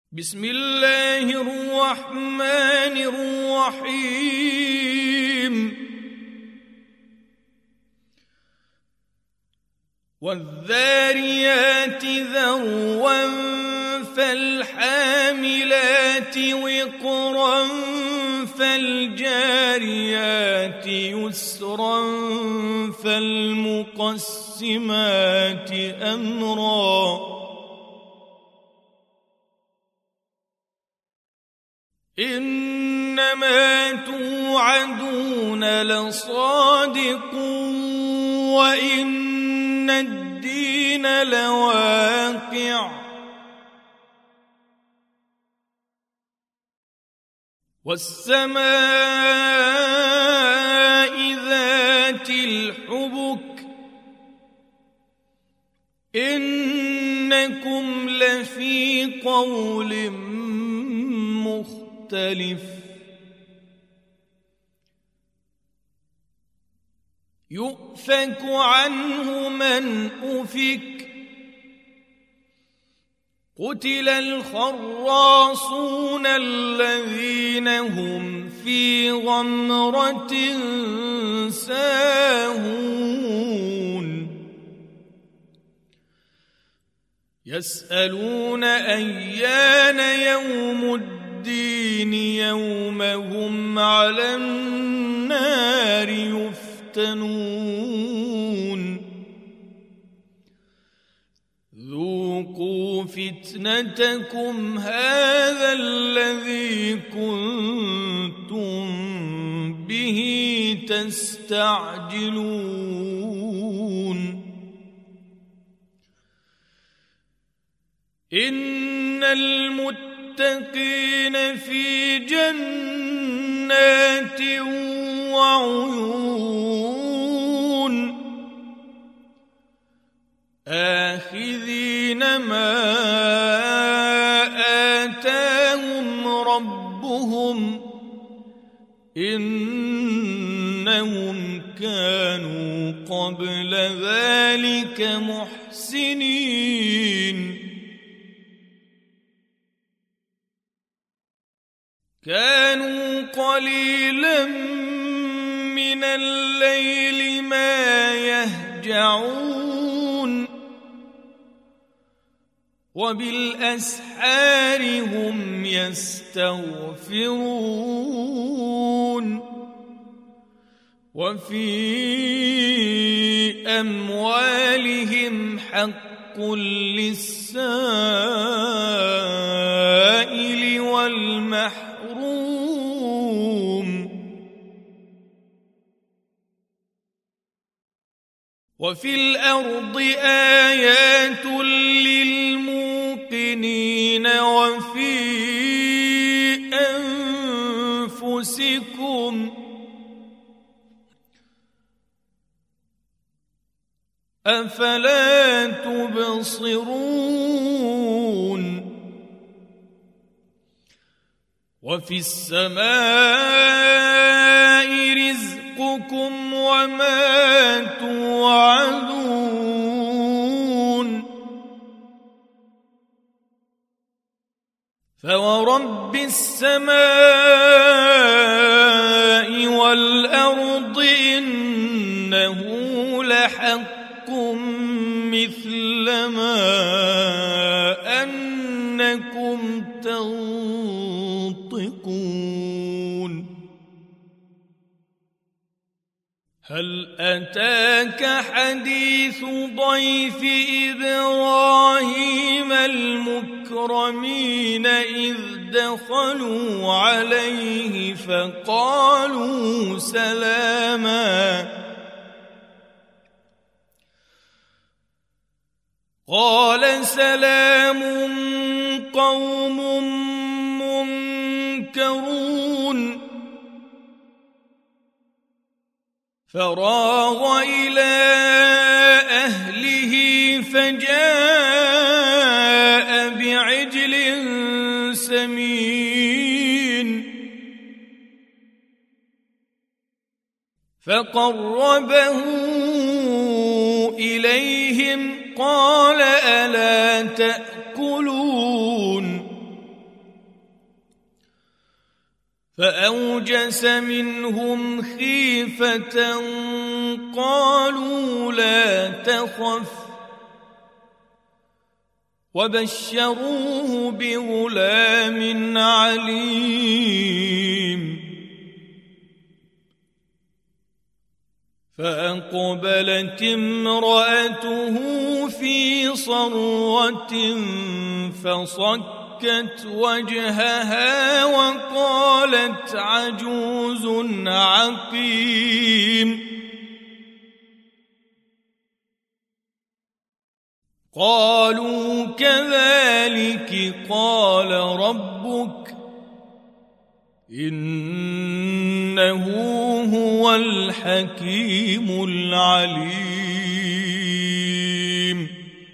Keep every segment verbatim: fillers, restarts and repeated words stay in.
بسم الله الرحمن الرحيم والذاريات ذروا فالحاملات وقرا فالجاريات يسرا فالمقسمات أمرا إنما توعدون لصادق وإن الدين لواقع والسماء ذات الحبك إنكم لفي قول مختلف يؤفك عنه من أفك قتل الخراصون الذين هم في غمرة ساهون يسألون أيان يوم الدين يوم هم على النار يفتنون ذوقوا فتنتكم هذا الذي كنتم به تستعجلون إن المتقين في جنات وعيون آخذين ما آتاهم ربهم إنهم كانوا قبل ذلك محسنين كانوا قليلا من الليل ما يهجعون وبالأسحار هم يستغفرون وفي أموالهم حق للسائل والمحروم وفي الأرض آيات للموقنين وفي أنفسكم أفلا تبصرون وفي السماء رزقكم وما توعدون فورب السماء والأرض إنه لحق مثل ما أنكم تنطقون هل أتاك حديث ضيف إبراهيم المكرمين إذ دخلوا عليه فقالوا سلاما قال سلام قوم منكرون فراغ إلى أهله فجاء بعجل سمين فقربه إليهم قال ألا تأكلون فأوجس منهم خيفة قالوا لا تخف وبشروه بغلام عليم فأقبلت امرأته في صرة فصكت وجهها وقالت عجوز عقيم قالوا كذلك قال ربك إنه هو الحكيم العليم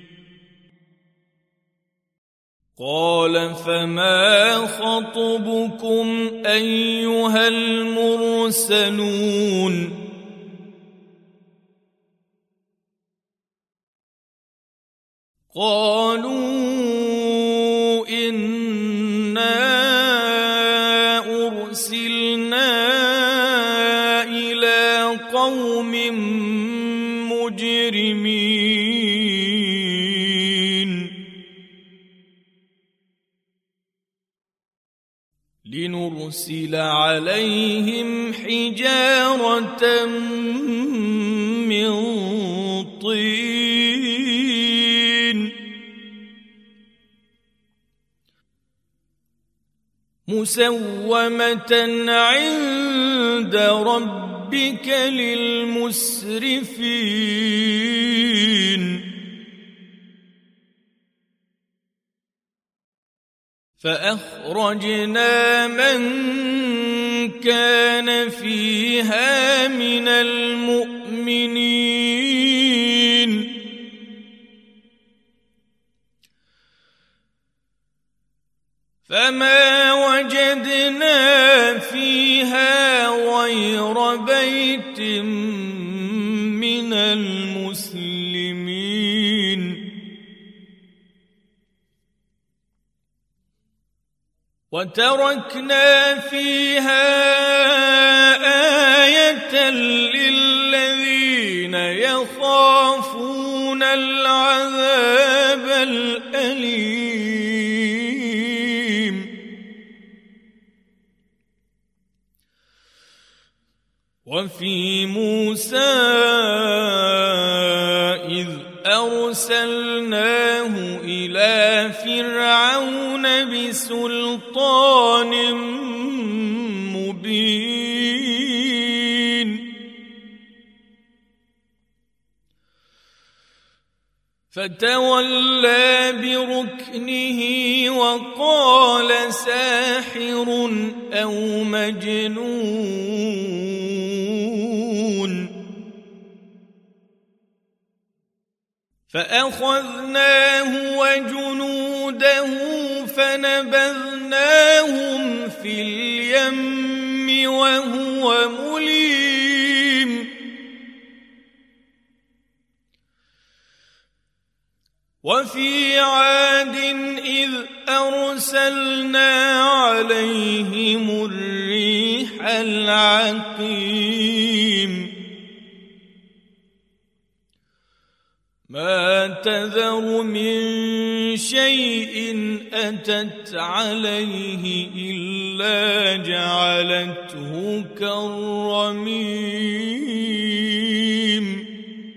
قال فما خطبكم أيها المرسلون قالوا إنا أرسلنا إلى قوم مجرمين لنرسل عليهم حجارة من طين مسومة عند ربك للمسرفين فأخرجنا من كان فيها من المؤمنين فما وجدنا فيها غير بيت من المسلمين وتركنا فيها آية للذين يخافون العذاب الأليم وفي موسى إذ أرسلناه إلى فرعون بسلطان مبين فتولى بركنه وقال ساحر أو مجنون فأخذناه وجنوده فنبذناهم في اليم وهو مليم وفي عاد إذ أرسلنا عليهم الريح العقيم ما تذر من شيء أتت عليه إلا جعلته كالرميم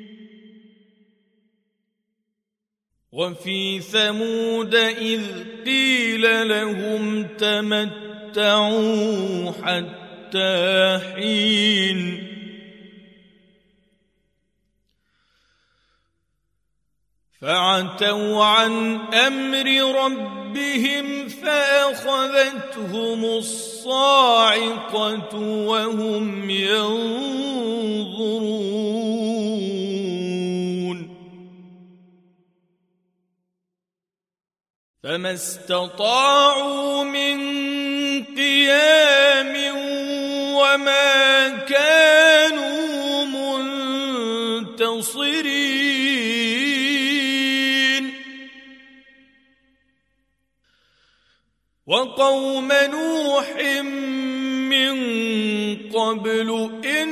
وفي ثمود إذ قيل لهم تمتعوا حتى حين فعتوا عن أمر ربهم فأخذتهم الصاعقة وهم ينظرون فما استطاعوا من قيام وما كانوا منتصرين وقوم نوح من قبل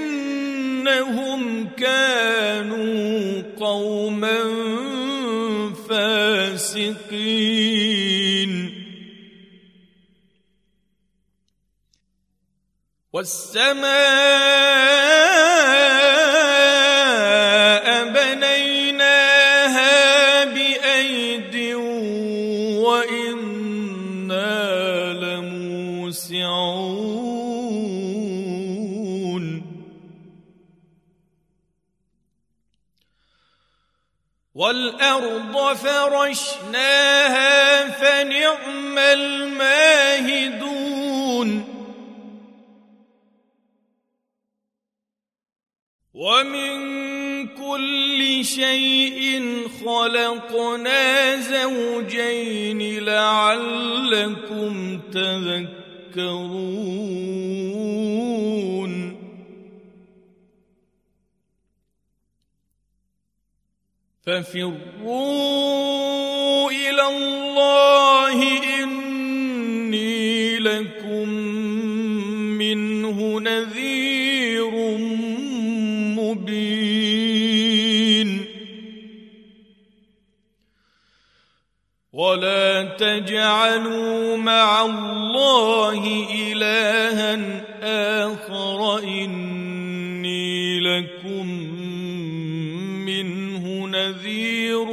إنهم كانوا قوما فاسقين والسماء بنيناها بأيد وإنا لموسعون والأرض فرشناها فنعم الماهدون ومن كل شيء خلقنا زوجين لعلكم تذكرون ففروا إلى الله إني لكم منه نذير مبين ولا تجعلوا مع الله إلها آخر إني لكم منه نذير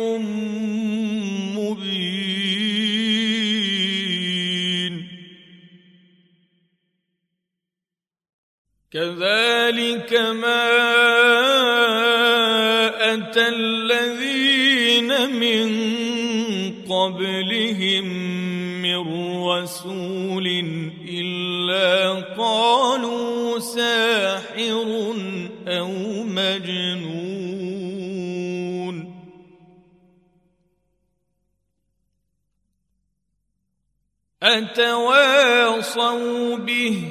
مبين كذلك ما أتى الذين من قبلهم من رسول إلا قالوا ساحر أو مجنون أتواصوا به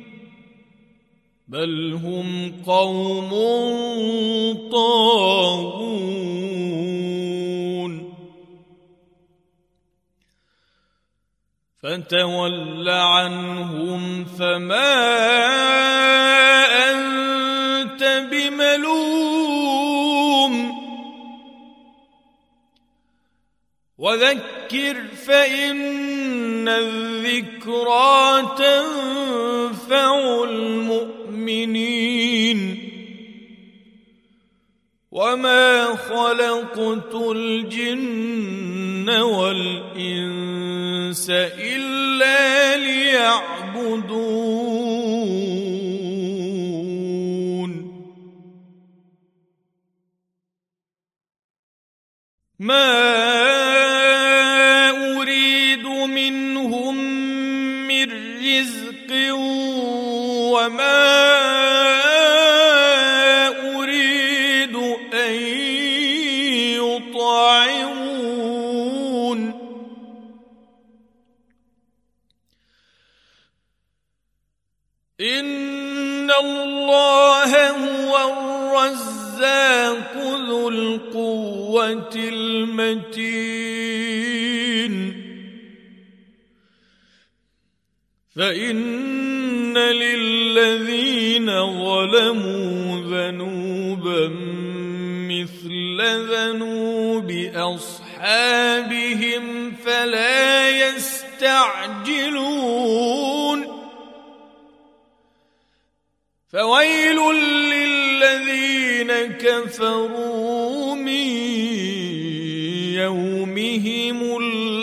بل هم قوم طاغون فتول عنهم فما أنت بملوم وذكر فإن الذكرى تنفع المؤمنين وما خلقت الجن والإنس إلا ليعبدون ما أريد منهم من رزق وما أريد أن يطعمون إن الله هو الرزاق ذو القوة المتين فإن للذين ظلموا ذنوبا مثل ذنوب أصحابهم فلا يستعجلون فويل للذين كفروا من يومهم